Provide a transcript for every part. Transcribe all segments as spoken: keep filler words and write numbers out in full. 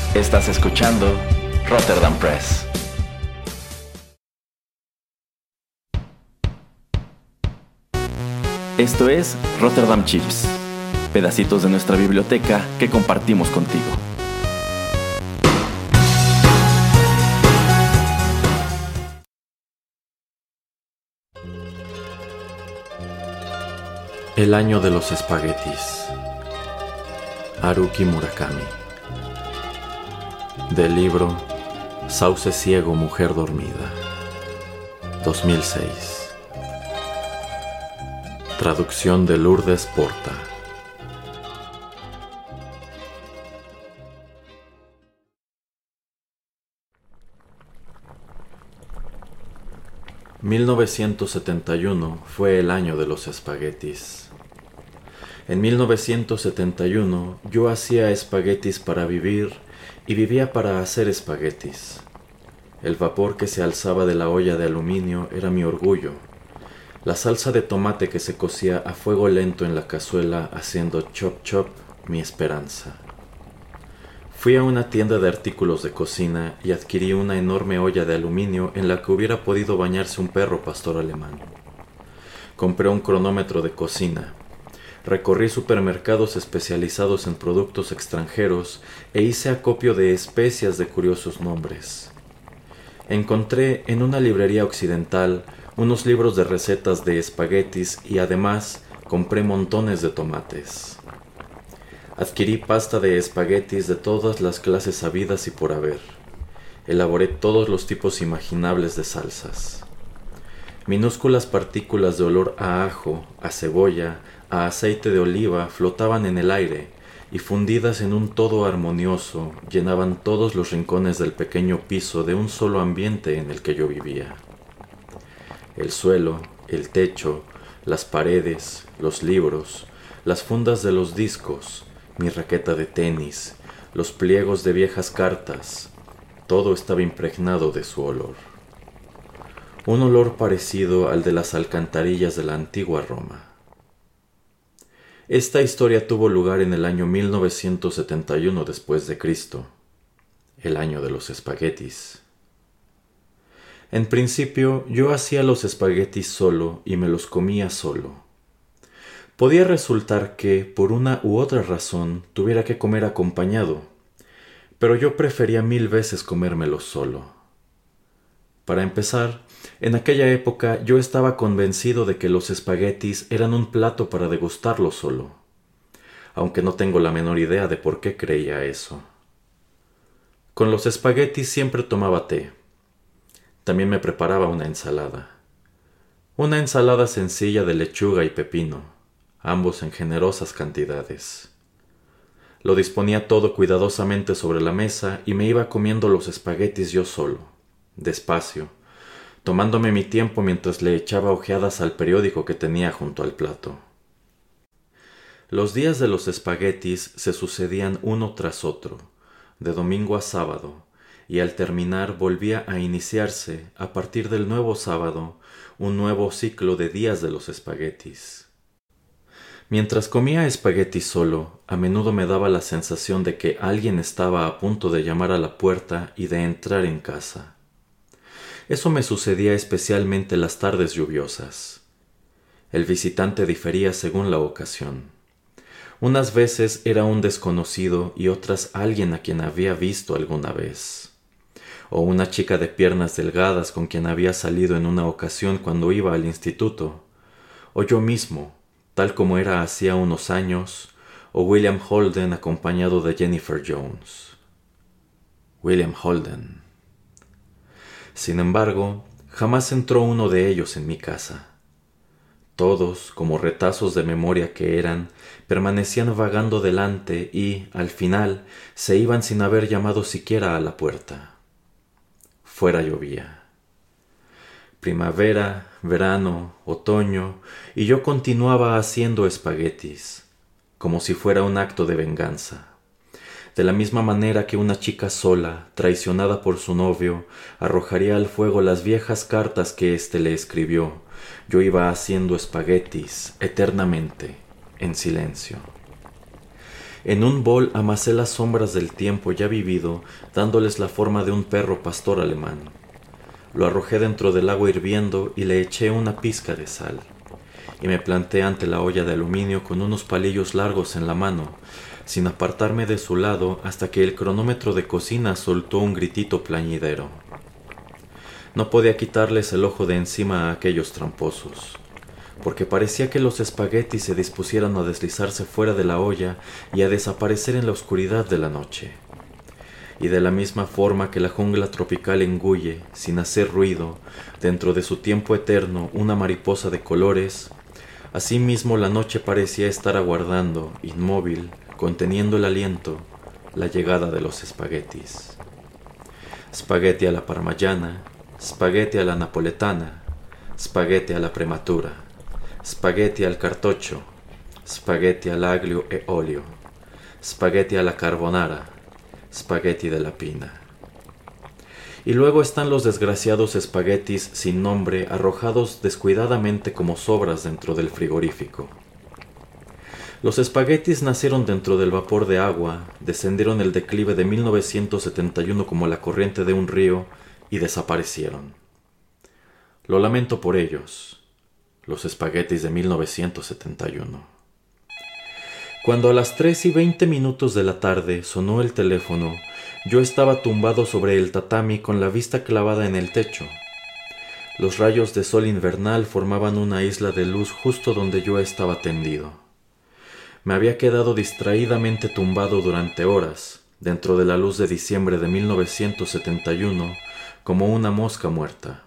Estás escuchando Rotterdam Press. Esto es Rotterdam Chips, pedacitos de nuestra biblioteca que compartimos contigo. El año de los espaguetis. Haruki Murakami. Del libro Sauce ciego, mujer dormida. dos mil seis. Traducción de Lourdes Porta. mil novecientos setenta y uno fue el año de los espaguetis. En mil novecientos setenta y uno yo hacía espaguetis para vivir y vivía para hacer espaguetis. El vapor que se alzaba de la olla de aluminio era mi orgullo. La salsa de tomate que se cocía a fuego lento en la cazuela haciendo chop chop, mi esperanza. Fui a una tienda de artículos de cocina y adquirí una enorme olla de aluminio en la que hubiera podido bañarse un perro pastor alemán. Compré un cronómetro de cocina. Recorrí supermercados especializados en productos extranjeros e hice acopio de especias de curiosos nombres. Encontré en una librería occidental unos libros de recetas de espaguetis y además compré montones de tomates. Adquirí pasta de espaguetis de todas las clases habidas y por haber. Elaboré todos los tipos imaginables de salsas. Minúsculas partículas de olor a ajo, a cebolla, a aceite de oliva flotaban en el aire y fundidas en un todo armonioso llenaban todos los rincones del pequeño piso de un solo ambiente en el que yo vivía. El suelo, el techo, las paredes, los libros, las fundas de los discos, mi raqueta de tenis, los pliegos de viejas cartas, todo estaba impregnado de su olor. Un olor parecido al de las alcantarillas de la antigua Roma. Esta historia tuvo lugar en el año mil novecientos setenta y uno después de Cristo, el año de los espaguetis. En principio, yo hacía los espaguetis solo y me los comía solo. Podía resultar que, por una u otra razón, tuviera que comer acompañado, pero yo prefería mil veces comérmelos solo. Para empezar, en aquella época yo estaba convencido de que los espaguetis eran un plato para degustarlo solo, aunque no tengo la menor idea de por qué creía eso. Con los espaguetis siempre tomaba té. También me preparaba una ensalada. Una ensalada sencilla de lechuga y pepino, ambos en generosas cantidades. Lo disponía todo cuidadosamente sobre la mesa y me iba comiendo los espaguetis yo solo, despacio, tomándome mi tiempo mientras le echaba ojeadas al periódico que tenía junto al plato. Los días de los espaguetis se sucedían uno tras otro, de domingo a sábado, y al terminar volvía a iniciarse, a partir del nuevo sábado, un nuevo ciclo de días de los espaguetis. Mientras comía espaguetis solo, a menudo me daba la sensación de que alguien estaba a punto de llamar a la puerta y de entrar en casa. Eso me sucedía especialmente las tardes lluviosas. El visitante difería según la ocasión. Unas veces era un desconocido y otras alguien a quien había visto alguna vez. O una chica de piernas delgadas con quien había salido en una ocasión cuando iba al instituto. O yo mismo, tal como era hacía unos años, o William Holden acompañado de Jennifer Jones. William Holden. Sin embargo, jamás entró uno de ellos en mi casa. Todos, como retazos de memoria que eran, permanecían vagando delante y, al final, se iban sin haber llamado siquiera a la puerta. Fuera llovía. Primavera, verano, otoño, y yo continuaba haciendo espaguetis, como si fuera un acto de venganza. De la misma manera que una chica sola, traicionada por su novio, arrojaría al fuego las viejas cartas que éste le escribió, yo iba haciendo espaguetis eternamente, en silencio. En un bol amasé las sombras del tiempo ya vivido, dándoles la forma de un perro pastor alemán. Lo arrojé dentro del agua hirviendo y le eché una pizca de sal. Y me planté ante la olla de aluminio con unos palillos largos en la mano, sin apartarme de su lado hasta que el cronómetro de cocina soltó un gritito plañidero. No podía quitarles el ojo de encima a aquellos tramposos, porque parecía que los espaguetis se dispusieran a deslizarse fuera de la olla y a desaparecer en la oscuridad de la noche. Y de la misma forma que la jungla tropical engulle, sin hacer ruido, dentro de su tiempo eterno, una mariposa de colores, asimismo la noche parecía estar aguardando, inmóvil, conteniendo el aliento, la llegada de los espaguetis. Spaghetti a la parmigiana, spaghetti a la napoletana, spaghetti a la prematura, spaghetti al cartoccio, spaghetti all'aglio e olio, spaghetti alla carbonara, spaghetti de la pina. Y luego están los desgraciados espaguetis sin nombre arrojados descuidadamente como sobras dentro del frigorífico. Los espaguetis nacieron dentro del vapor de agua, descendieron el declive de mil novecientos setenta y uno como la corriente de un río y desaparecieron. Lo lamento por ellos, los espaguetis de mil novecientos setenta y uno. Cuando a las tres y veinte minutos de la tarde sonó el teléfono, yo estaba tumbado sobre el tatami con la vista clavada en el techo. Los rayos de sol invernal formaban una isla de luz justo donde yo estaba tendido. Me había quedado distraídamente tumbado durante horas, dentro de la luz de diciembre de mil novecientos setenta y uno, como una mosca muerta.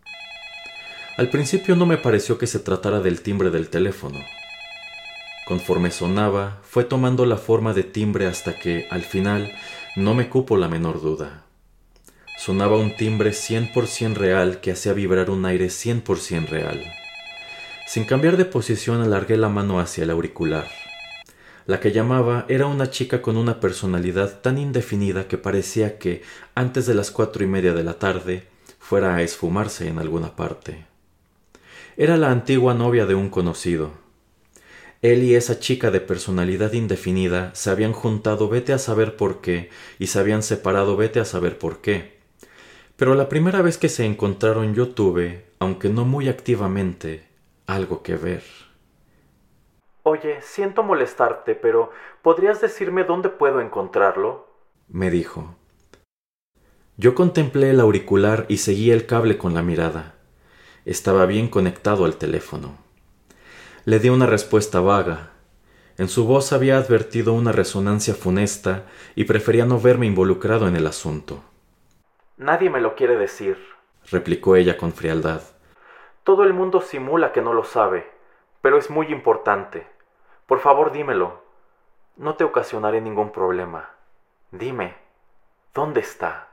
Al principio no me pareció que se tratara del timbre del teléfono. Conforme sonaba, fue tomando la forma de timbre hasta que, al final, no me cupo la menor duda. Sonaba un timbre cien por ciento real que hacía vibrar un aire cien por ciento real. Sin cambiar de posición, alargué la mano hacia el auricular. La que llamaba era una chica con una personalidad tan indefinida que parecía que, antes de las cuatro y media de la tarde, fuera a esfumarse en alguna parte. Era la antigua novia de un conocido. Él y esa chica de personalidad indefinida se habían juntado vete a saber por qué y se habían separado vete a saber por qué. Pero la primera vez que se encontraron yo tuve, aunque no muy activamente, algo que ver. «Oye, siento molestarte, pero ¿podrías decirme dónde puedo encontrarlo?», me dijo. Yo contemplé el auricular y seguí el cable con la mirada. Estaba bien conectado al teléfono. Le di una respuesta vaga. En su voz había advertido una resonancia funesta y prefería no verme involucrado en el asunto. «Nadie me lo quiere decir», replicó ella con frialdad. «Todo el mundo simula que no lo sabe, pero es muy importante. Por favor, dímelo. No te ocasionaré ningún problema. Dime, ¿dónde está?»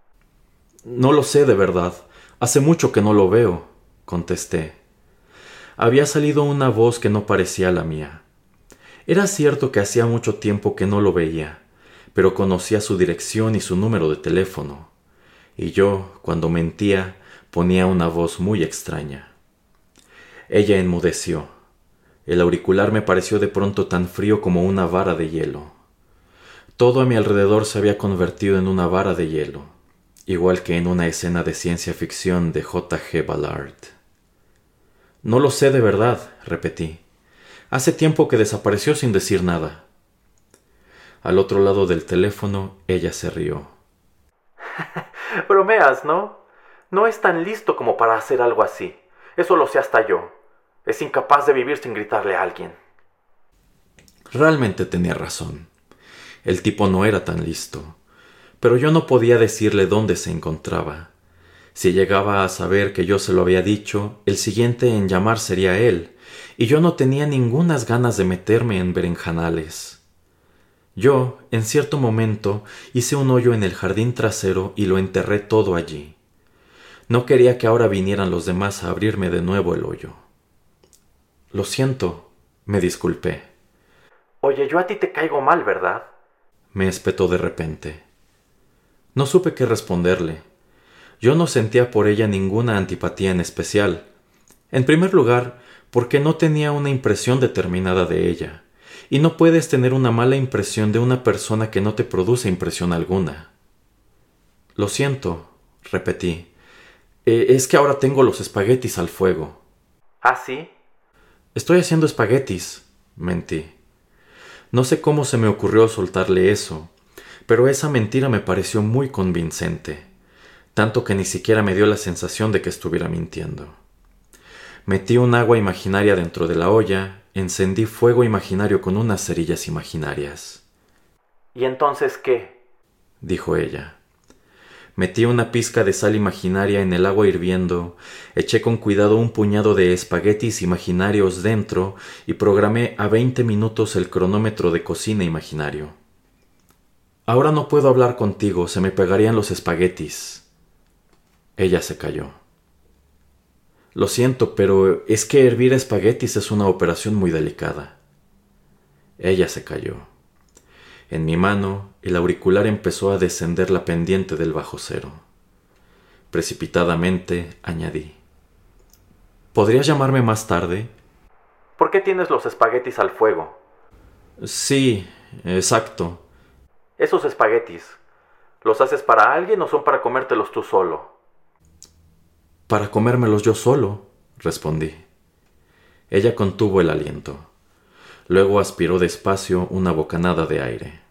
«No lo sé de verdad. Hace mucho que no lo veo», contesté. Había salido una voz que no parecía la mía. Era cierto que hacía mucho tiempo que no lo veía, pero conocía su dirección y su número de teléfono. Y yo, cuando mentía, ponía una voz muy extraña. Ella enmudeció. El auricular me pareció de pronto tan frío como una vara de hielo. Todo a mi alrededor se había convertido en una vara de hielo, igual que en una escena de ciencia ficción de J G Ballard. «No lo sé de verdad», repetí. «Hace tiempo que desapareció sin decir nada». Al otro lado del teléfono, ella se rió. «Bromeas, ¿no? No es tan listo como para hacer algo así. Eso lo sé hasta yo. Es incapaz de vivir sin gritarle a alguien». Realmente tenía razón. El tipo no era tan listo. Pero yo no podía decirle dónde se encontraba. Si llegaba a saber que yo se lo había dicho, el siguiente en llamar sería él, y yo no tenía ningunas ganas de meterme en berenjanales. Yo, en cierto momento, hice un hoyo en el jardín trasero y lo enterré todo allí. No quería que ahora vinieran los demás a abrirme de nuevo el hoyo. «Lo siento», me disculpé. «Oye, yo a ti te caigo mal, ¿verdad?», me espetó de repente. No supe qué responderle. Yo no sentía por ella ninguna antipatía en especial. En primer lugar, porque no tenía una impresión determinada de ella, y no puedes tener una mala impresión de una persona que no te produce impresión alguna. Lo siento, repetí. Eh, es que ahora tengo los espaguetis al fuego. ¿Ah, sí? Estoy haciendo espaguetis, mentí. No sé cómo se me ocurrió soltarle eso, pero esa mentira me pareció muy convincente, tanto que ni siquiera me dio la sensación de que estuviera mintiendo. Metí un agua imaginaria dentro de la olla, encendí fuego imaginario con unas cerillas imaginarias. ¿Y entonces qué?, dijo ella. Metí una pizca de sal imaginaria en el agua hirviendo, eché con cuidado un puñado de espaguetis imaginarios dentro y programé a veinte minutos el cronómetro de cocina imaginario. Ahora no puedo hablar contigo, se me pegarían los espaguetis. Ella se calló. Lo siento, pero es que hervir espaguetis es una operación muy delicada. Ella se calló. En mi mano, el auricular empezó a descender la pendiente del bajo cero. Precipitadamente añadí: ¿podrías llamarme más tarde? ¿Por qué tienes los espaguetis al fuego? Sí, exacto. Esos espaguetis, ¿los haces para alguien o son para comértelos tú solo? Para comérmelos yo solo, respondí. Ella contuvo el aliento. Luego aspiró despacio una bocanada de aire.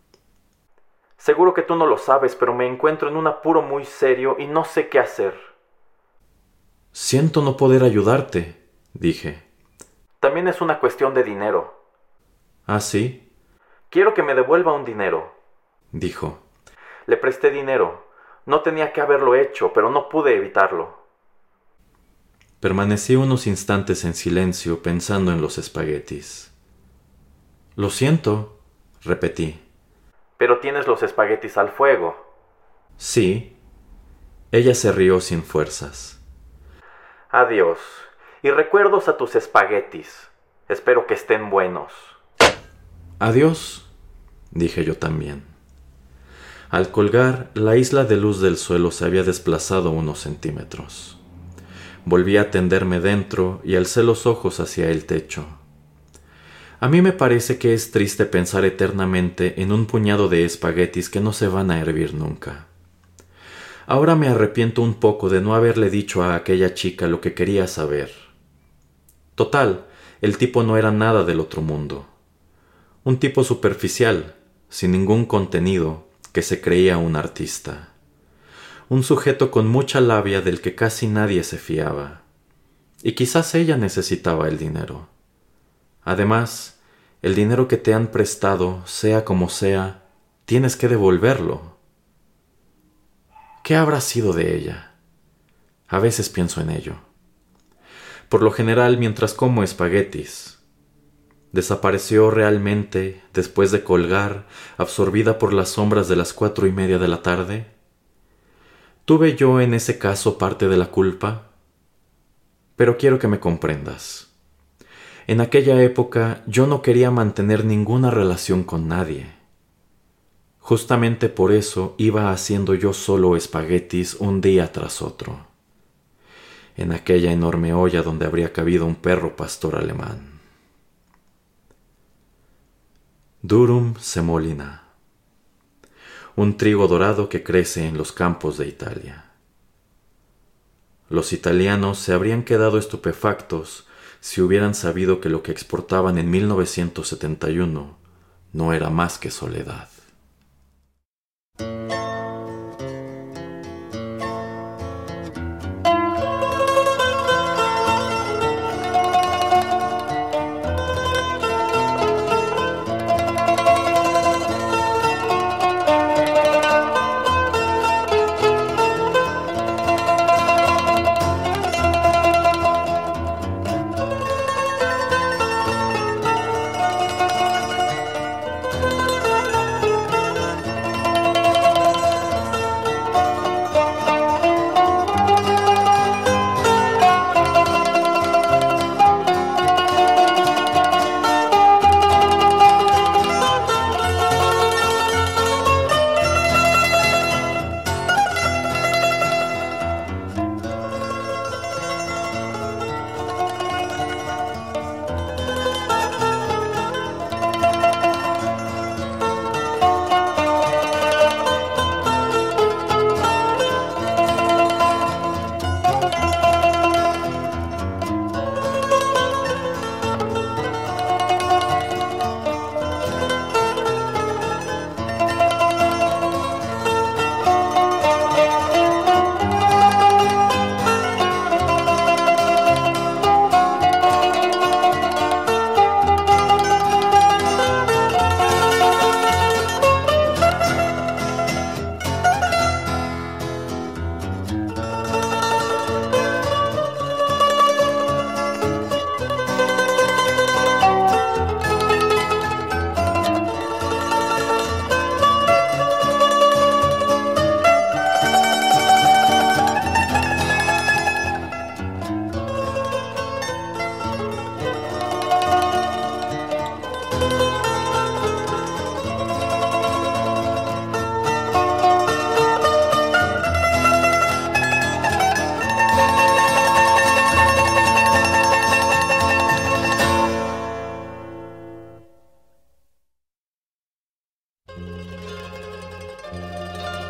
Seguro que tú no lo sabes, pero me encuentro en un apuro muy serio y no sé qué hacer. Siento no poder ayudarte, dije. También es una cuestión de dinero. ¿Ah, sí? Quiero que me devuelva un dinero, dijo. Le presté dinero. No tenía que haberlo hecho, pero no pude evitarlo. Permanecí unos instantes en silencio pensando en los espaguetis. Lo siento, repetí. Pero tienes los espaguetis al fuego. Sí. Ella se rió sin fuerzas. Adiós. Y recuerdos a tus espaguetis. Espero que estén buenos. Adiós, dije yo también. Al colgar, la isla de luz del suelo se había desplazado unos centímetros. Volví a tenderme dentro y alcé los ojos hacia el techo. A mí me parece que es triste pensar eternamente en un puñado de espaguetis que no se van a hervir nunca. Ahora me arrepiento un poco de no haberle dicho a aquella chica lo que quería saber. Total, el tipo no era nada del otro mundo. Un tipo superficial, sin ningún contenido, que se creía un artista. Un sujeto con mucha labia del que casi nadie se fiaba. Y quizás ella necesitaba el dinero. Además, el dinero que te han prestado, sea como sea, tienes que devolverlo. ¿Qué habrá sido de ella? A veces pienso en ello. Por lo general, mientras como espaguetis. ¿Desapareció realmente después de colgar, absorbida por las sombras de las cuatro y media de la tarde? ¿Tuve yo en ese caso parte de la culpa? Pero quiero que me comprendas. En aquella época yo no quería mantener ninguna relación con nadie. Justamente por eso iba haciendo yo solo espaguetis un día tras otro, en aquella enorme olla donde habría cabido un perro pastor alemán. Durum semolina, un trigo dorado que crece en los campos de Italia. Los italianos se habrían quedado estupefactos si hubieran sabido que lo que exportaban en mil novecientos setenta y uno no era más que soledad.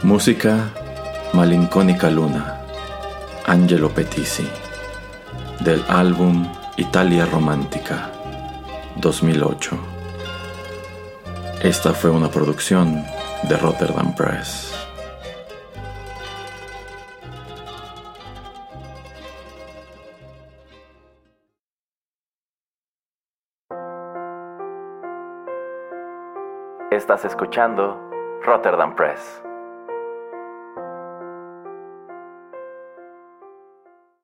Música Malinconica Luna, Angelo Petizzi, del álbum Italia Romántica, dos mil ocho. Esta fue una producción de Rotterdam Press. Estás escuchando Rotterdam Press.